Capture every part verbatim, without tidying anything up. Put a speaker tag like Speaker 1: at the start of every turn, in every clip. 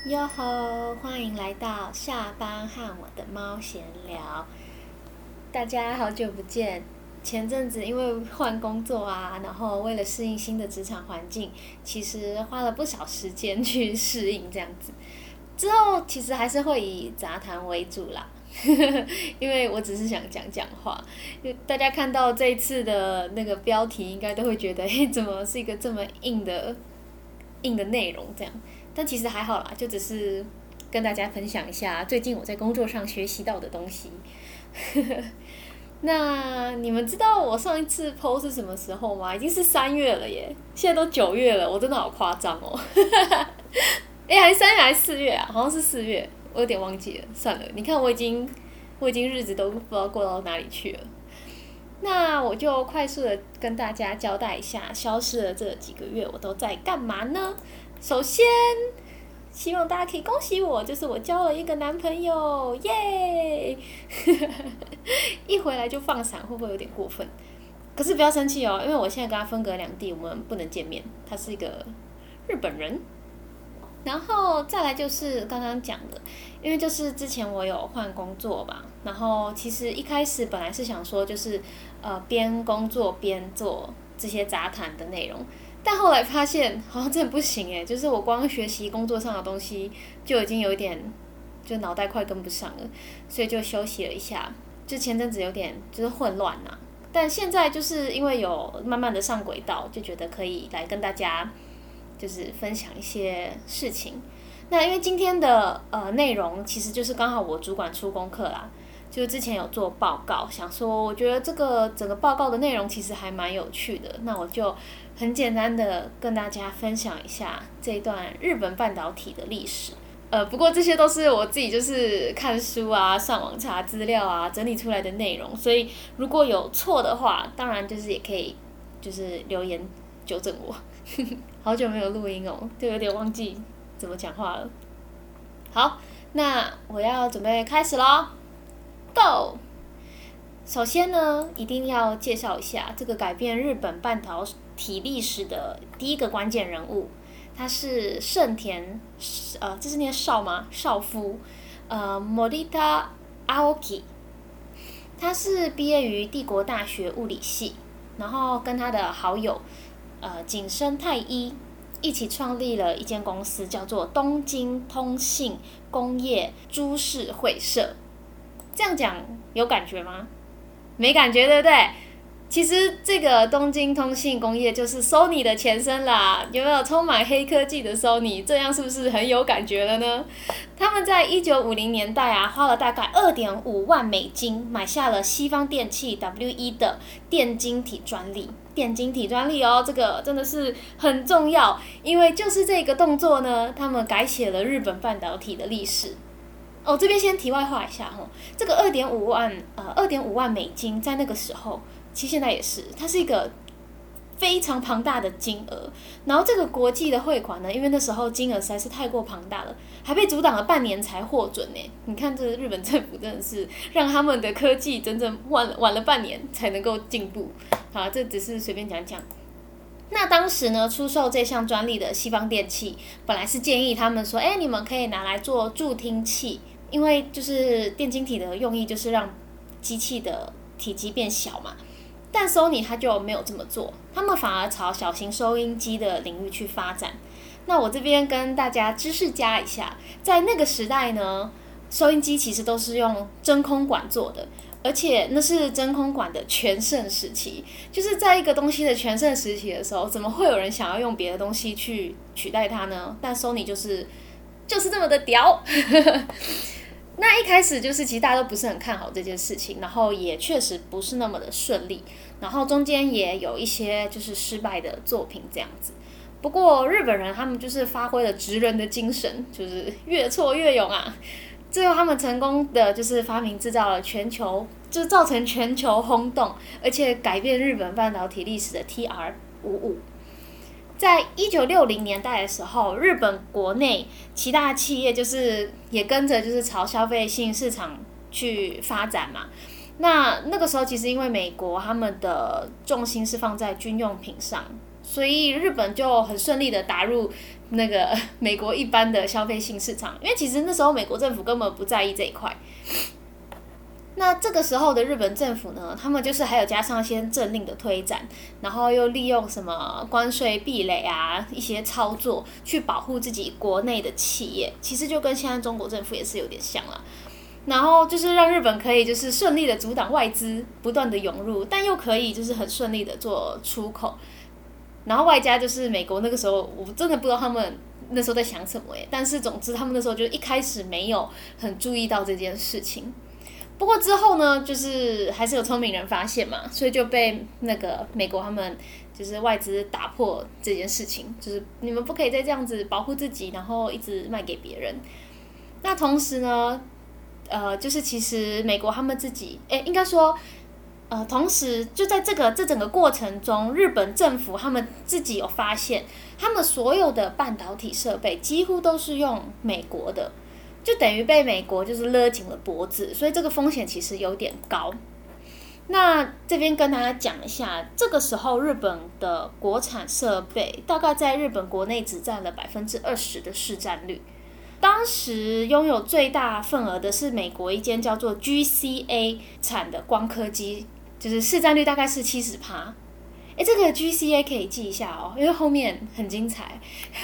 Speaker 1: 哟吼，欢迎来到下班和我的猫闲聊。大家好久不见。前阵子因为换工作啊，然后为了适应新的职场环境，其实花了不少时间去适应这样子。之后其实还是会以杂谈为主啦，因为我只是想讲讲话。大家看到这一次的那个标题，应该都会觉得，嘿，怎么是一个这么硬的硬的内容这样？但其实还好啦，就只是跟大家分享一下最近我在工作上学习到的东西。那你们知道我上一次 P O 是什么时候吗？已经是三月了耶，现在都九月了，我真的好夸张哦。哎、欸，还是三月还是四月啊？好像是四月，我有点忘记了。算了，你看我已经我已经日子都不知道过到哪里去了。那我就快速的跟大家交代一下，消失了这几个月我都在干嘛呢？首先，希望大家可以恭喜我，就是我交了一个男朋友，耶！一回来就放闪，会不会有点过分？可是不要生气哦，因为我现在跟他分隔两地，我们不能见面。他是一个日本人。然后再来就是刚刚讲的，因为就是之前我有换工作吧，然后其实一开始本来是想说就是呃边工作边做这些杂谈的内容，但后来发现好像真的不行诶，就是我光学习工作上的东西就已经有一点就脑袋快跟不上了，所以就休息了一下，就前阵子有点就是混乱呐、啊，但现在就是因为有慢慢的上轨道，就觉得可以来跟大家就是分享一些事情。那因为今天的呃内容其实就是刚好我主管出功课啦，就之前有做报告，想说我觉得这个整个报告的内容其实还蛮有趣的，那我就很简单的跟大家分享一下这一段日本半导体的历史。呃，不过这些都是我自己就是看书啊、上网查资料啊整理出来的内容，所以如果有错的话，当然就是也可以就是留言纠正我。好久没有录音哦，就有点忘记怎么讲话了。好，那我要准备开始咯 Go！ 首先呢，一定要介绍一下这个改变日本半导体历史的第一个关键人物，他是盛田，呃，这是念少吗？少夫，呃 ，Morita Aoki， 他是毕业于帝国大学物理系，然后跟他的好友。呃，井生太一一起创立了一间公司，叫做东京通信工业株式会社。这样讲有感觉吗？没感觉，对不对？其实这个东京通信工业就是 Sony 的前身啦，有没有充满黑科技的 Sony？ 这样是不是很有感觉了呢？他们在一九五零年代啊，花了大概二点五万美金买下了西方电器 W E 的电晶体专利。电晶体专利哦，这个真的是很重要，因为就是这个动作呢，他们改写了日本半导体的历史。哦，这边先题外话一下哈，这个二点五万呃二点五万美金在那个时候，其实现在也是，它是一个非常庞大的金额。然后这个国际的汇款呢，因为那时候金额实在是太过庞大了，还被阻挡了半年才获准呢。你看这日本政府真的是让他们的科技整整晚了晚了半年才能够进步。好，这只是随便讲讲。那当时呢，出售这项专利的西方电器，本来是建议他们说，哎，你们可以拿来做助听器，因为就是电晶体的用意就是让机器的体积变小嘛。但 Sony 它就没有这么做，他们反而朝小型收音机的领域去发展。那我这边跟大家知识加一下，在那个时代呢，收音机其实都是用真空管做的，而且那是真空管的全盛时期，就是在一个东西的全盛时期的时候，怎么会有人想要用别的东西去取代它呢？但 Sony 就是就是这么的屌。那一开始就是其实大家都不是很看好这件事情，然后也确实不是那么的顺利，然后中间也有一些就是失败的作品这样子。不过日本人他们就是发挥了职人的精神，就是越挫越勇啊。最后他们成功的就是发明制造了全球，就造成全球轰动，而且改变日本半导体历史的 T R 五十五。在一九六零年代的时候，日本国内其他企业就是也跟着就是朝消费性市场去发展嘛。那那个时候其实因为美国他们的重心是放在军用品上， 所以日本就很顺利的打入那个美国一般的消费性市场，因为其实那时候美国政府根本不在意这一块。那这个时候的日本政府呢，他们就是还有加上一些政令的推展，然后又利用什么关税壁垒啊一些操作去保护自己国内的企业，其实就跟现在中国政府也是有点像啦。然后就是让日本可以就是顺利的阻挡外资不断的涌入，但又可以就是很顺利的做出口。然后外加就是美国那个时候，我真的不知道他们那时候在想什么耶，但是总之他们那时候就一开始没有很注意到这件事情。不过之后呢，就是还是有聪明人发现嘛，所以就被那个美国他们就是外资打破这件事情，就是你们不可以再这样子保护自己，然后一直卖给别人。那同时呢，呃，就是其实美国他们自己，诶，应该说，呃，同时就在这个这整个过程中，日本政府他们自己有发现，他们所有的半导体设备几乎都是用美国的。就等于被美国就是勒紧了脖子，所以这个风险其实有点高。那这边跟大家讲一下，这个时候日本的国产设备大概在日本国内只占了百分之二十的市占率。当时拥有最大份额的是美国一间叫做 G C A 产的光刻机，就是市占率大概是七十趴。哎，这个 G C A 可以记一下哦，因为后面很精彩。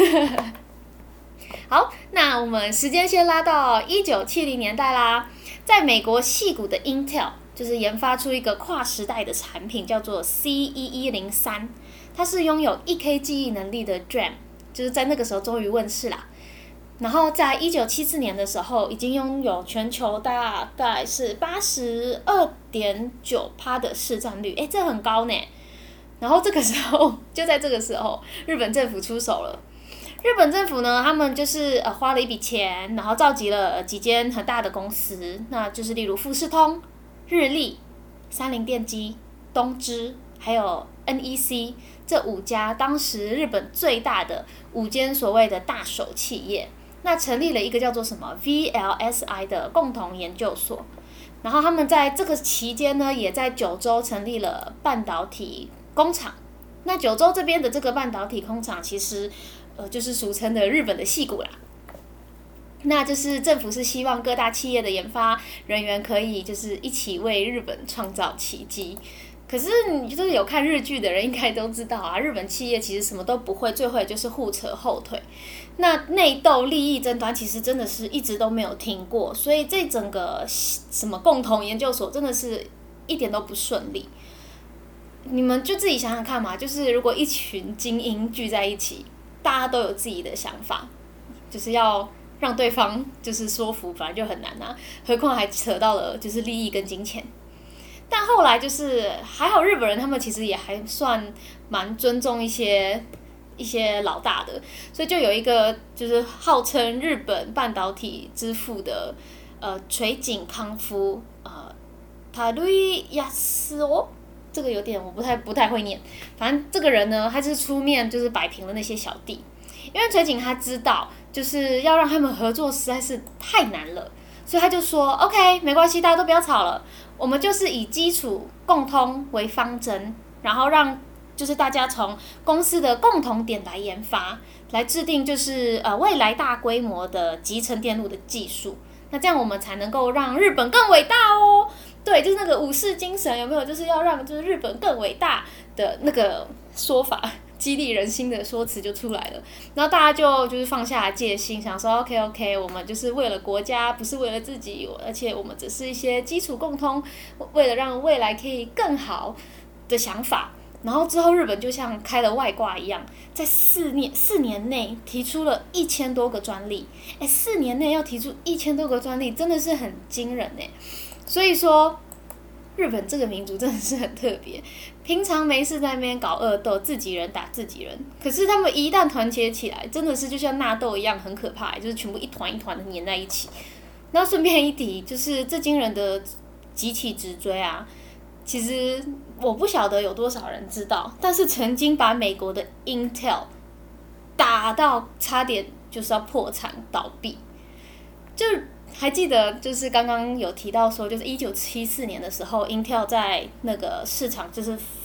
Speaker 1: 好，那我们时间先拉到一九七零年代啦。在美国矽谷的 Intel 就是研发出一个跨时代的产品，叫做 C 一一零三，它是拥有 一 K 记忆能力的 D R A M， 就是在那个时候终于问世啦。然后在一九七四年的时候，已经拥有全球大概是 百分之八十二点九 的市占率，诶，这很高呢。然后这个时候，就在这个时候，日本政府出手了。日本政府呢，他们就是呃花了一笔钱，然后召集了几间很大的公司，那就是例如富士通、日立、三菱电机、东芝，还有 N E C 这五家当时日本最大的五间所谓的大手企业，那成立了一个叫做什么 V L S I 的共同研究所。然后他们在这个期间呢，也在九州成立了半导体工厂。那九州这边的这个半导体工厂，其实呃，就是俗称的日本的矽谷啦。那就是政府是希望各大企业的研发人员可以就是一起为日本创造奇迹。可是你就是有看日剧的人应该都知道啊，日本企业其实什么都不会，最会就是互扯后腿。那内斗、利益争端其实真的是一直都没有停过，所以这整个什么共同研究所真的是一点都不顺利。你们就自己想想看嘛，就是如果一群精英聚在一起，大家都有自己的想法，就是要让对方就是说服，本来就很难啊，何况还扯到了就是利益跟金钱。但后来就是还好，日本人他们其实也还算蛮尊重一些一些老大的，所以就有一个就是号称日本半导体之父的呃垂井康夫呃塔瑞亚斯哦。这个有点我不太不太会念，反正这个人呢，他就是出面就是摆平了那些小弟，因为垂井他知道就是要让他们合作实在是太难了，所以他就说 OK 没关系，大家都不要吵了，我们就是以基础共通为方针，然后让就是大家从公司的共同点来研发，来制定就是呃未来大规模的集成电路的技术，那这样我们才能够让日本更伟大哦。对，就是那个武士精神有没有？就是要让就是日本更伟大的那个说法，激励人心的说辞就出来了。然后大家就就是放下戒心，想说 OK OK， 我们就是为了国家，不是为了自己，而且我们只是一些基础共通，为了让未来可以更好的想法。然后之后日本就像开了外挂一样，在四年四年内提出了一千多个专利。哎，四年内要提出一千多个专利，真的是很惊人哎。所以说，日本这个民族真的是很特别。平常没事在那边搞恶斗，自己人打自己人。可是他们一旦团结起来，真的是就像纳豆一样很可怕，就是全部一团一团的粘在一起。然后顺便一提，就是这惊人的集体直追啊，其实我不晓得有多少人知道，但是曾经把美国的 Intel 打到差点就是要破产倒闭，就。还记得就是刚刚有提到说，就是一九七四年的时候 ，Intel 在那个市场就是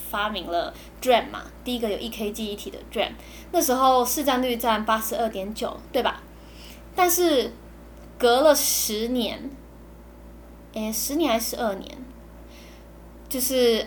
Speaker 1: 发明了 D R A M 嘛，第一个有 一 K 记忆体的 D R A M， 那时候市占率占 八十二点九， 对吧？但是隔了十年，诶，十年还是十二年，就是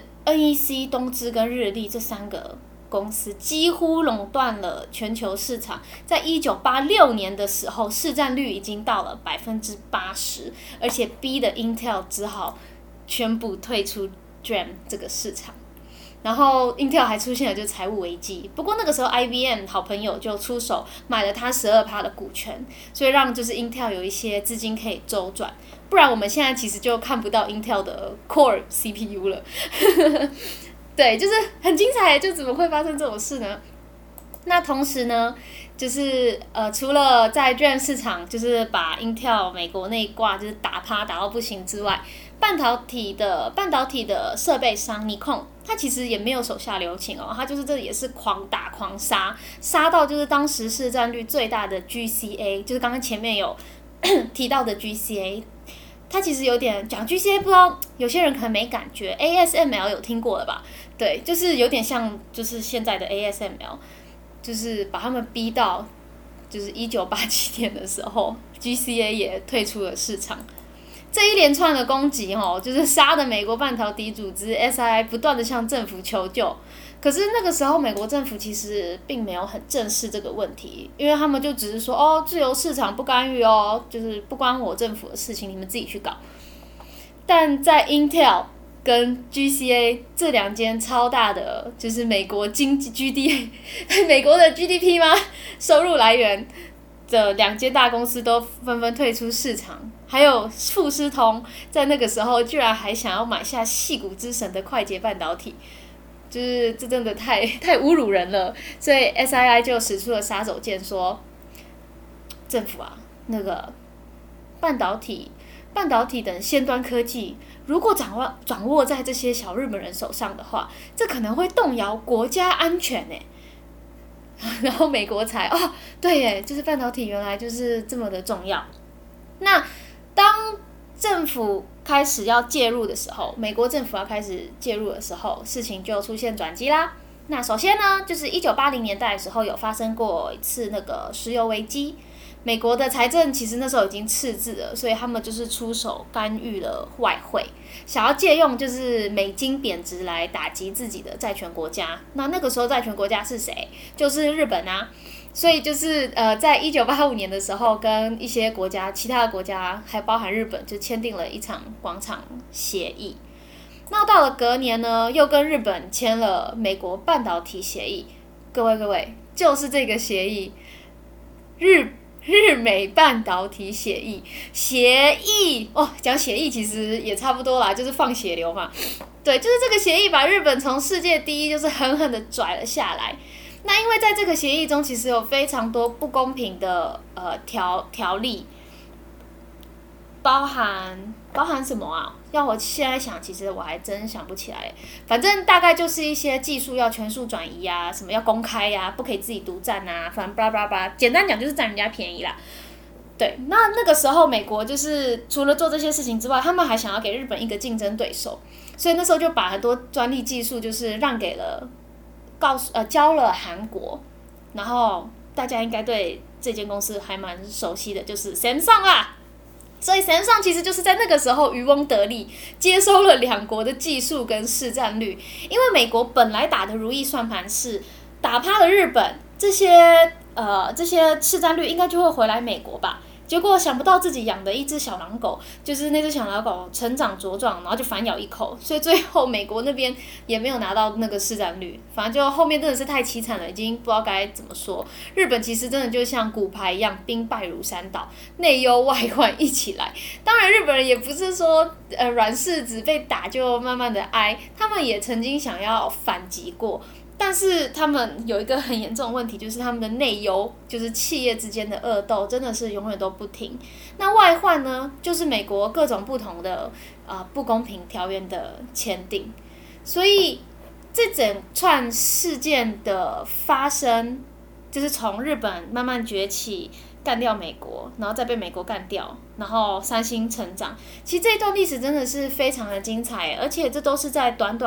Speaker 1: N E C、东芝跟日立这三个公司几乎垄断了全球市场。在一九八六年的时候，市占率已经到了百分之八十，而且逼的 Intel 只好全部退出 D R A M 这个市场。然后 Intel 还出现了就财务危机，不过那个时候 I B M 好朋友就出手买了它 百分之十二 的股权，所以让就是 Intel 有一些资金可以周转，不然我们现在其实就看不到 Intel 的 Core C P U 了。对，就是很精彩，就怎么会发生这种事呢？那同时呢，就是呃，除了在 D R A M 市场就是把 Intel 美国那一挂就是打趴打到不行之外，半导体的半导体的设备商尼康，它其实也没有手下留情哦，它就是这也是狂打狂杀，杀到就是当时市占率最大的 G C A， 就是刚刚前面有提到的 G C A。它其实有点讲 G C A， 不知道有些人可能没感觉 ，A S M L 有听过了吧？对，就是有点像就是现在的 A S M L， 就是把他们逼到就是一九八七年的时候 ，G C A 也退出了市场。这一连串的攻击哦，就是杀的美国半导体组织 S I I 不断的向政府求救，可是那个时候美国政府其实并没有很正视这个问题，因为他们就只是说哦，自由市场不干预哦，就是不关我政府的事情，你们自己去搞。但在 Intel 跟 G C A 这两间超大的就是美国经济 G D P 美国的 G D P 吗？收入来源的两间大公司都纷纷退出市场，还有富士通在那个时候居然还想要买下矽谷之神的快捷半导体，就是这真的太太侮辱人了，所以 S I I 就使出了杀手锏，说政府啊，那个半导体、半导体等先端科技，如果掌握掌握在这些小日本人手上的话，这可能会动摇国家安全呢。然后美国才哦，对耶，就是半导体原来就是这么的重要。那当政府开始要介入的时候，美国政府要开始介入的时候，事情就出现转机啦。那首先呢，就是一九八零年代的时候有发生过一次那个石油危机，美国的财政其实那时候已经赤字了，所以他们就是出手干预了外汇，想要借用就是美金贬值来打击自己的债权国家。那那个时候债权国家是谁？就是日本啊。所以就是呃，在一九八五年的时候，跟一些国家、其他的国家，还包含日本，就签订了一场广场协议。那到了隔年呢，又跟日本签了美国半导体协议。各位各位，就是这个协议，日日美半导体协议，协议哦，讲协议其实也差不多啦，就是放血流嘛。对，就是这个协议把日本从世界第一就是狠狠的拽了下来。那因为在这个协议中，其实有非常多不公平的呃条条例，包含包含什么啊？要我现在想，其实我还真想不起来。反正大概就是一些技术要全数转移啊，什么要公开呀、啊，不可以自己独占啊，反正巴拉巴拉巴拉，简单讲就是占人家便宜啦。对，那那个时候美国就是除了做这些事情之外，他们还想要给日本一个竞争对手，所以那时候就把很多专利技术就是让给了。告诉呃交了韩国，然后大家应该对这间公司还蛮熟悉的，就是 Samsung 啦。所以 Samsung 其实就是在那个时候渔翁得利，接收了两国的技术跟市占率。因为美国本来打的如意算盘是打趴了日本，这些呃这些市占率应该就会回来美国吧。结果想不到自己养的一只小狼狗，就是那只小狼狗成长茁壮，然后就反咬一口，所以最后美国那边也没有拿到那个市占率，反正就后面真的是太凄惨了，已经不知道该怎么说。日本其实真的就像骨牌一样，兵败如山倒，内忧外患一起来。当然日本人也不是说呃软柿子被打就慢慢的挨，他们也曾经想要反击过。但是他们有一个很严重的问题，就是他们的内忧，就是企业之间的恶斗，真的是永远都不停。那外患呢，就是美国各种不同的啊、呃、不公平条约的签订。所以这整串事件的发生，就是从日本慢慢崛起，干掉美国，然后再被美国干掉，然后三星成长。其实这一段历史真的是非常的精彩，而且这都是在短短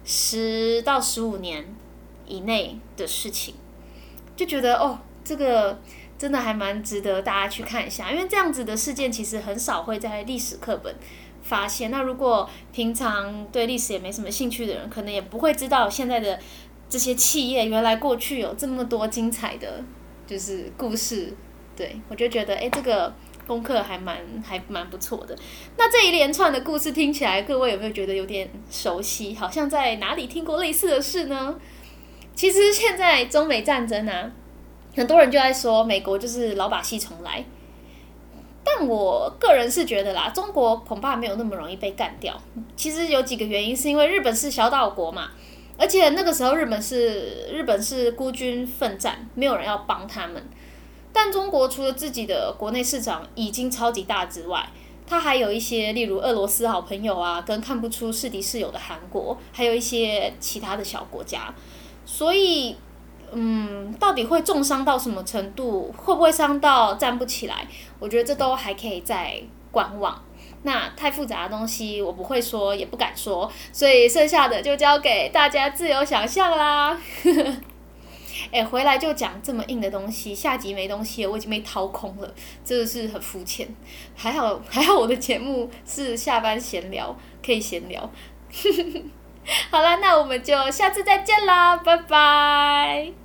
Speaker 1: 十到十五年以内的事情，就觉得哦，这个真的还蛮值得大家去看一下，因为这样子的事件其实很少会在历史课本发现。那如果平常对历史也没什么兴趣的人，可能也不会知道现在的这些企业原来过去有这么多精彩的就是故事。对，我就觉得哎，这个功课还蛮还蛮不错的。那这一连串的故事听起来，各位有没有觉得有点熟悉？好像在哪里听过类似的事呢？其实现在中美战争啊，很多人就在说美国就是老把戏重来，但我个人是觉得啦，中国恐怕没有那么容易被干掉。其实有几个原因，是因为日本是小岛国嘛，而且那个时候日本是日本是孤军奋战，没有人要帮他们。但中国除了自己的国内市场已经超级大之外，它还有一些例如俄罗斯好朋友啊，跟看不出是敌是友的韩国，还有一些其他的小国家。所以嗯，到底会重伤到什么程度，会不会伤到站不起来，我觉得这都还可以再观望。那太复杂的东西我不会说，也不敢说，所以剩下的就交给大家自由想象啦。哎，回来就讲这么硬的东西，下集没东西了，我已经被掏空了，真的是很肤浅。还好还好，我的节目是下班闲聊，可以闲聊。好啦，那我们就下次再见啦，拜拜。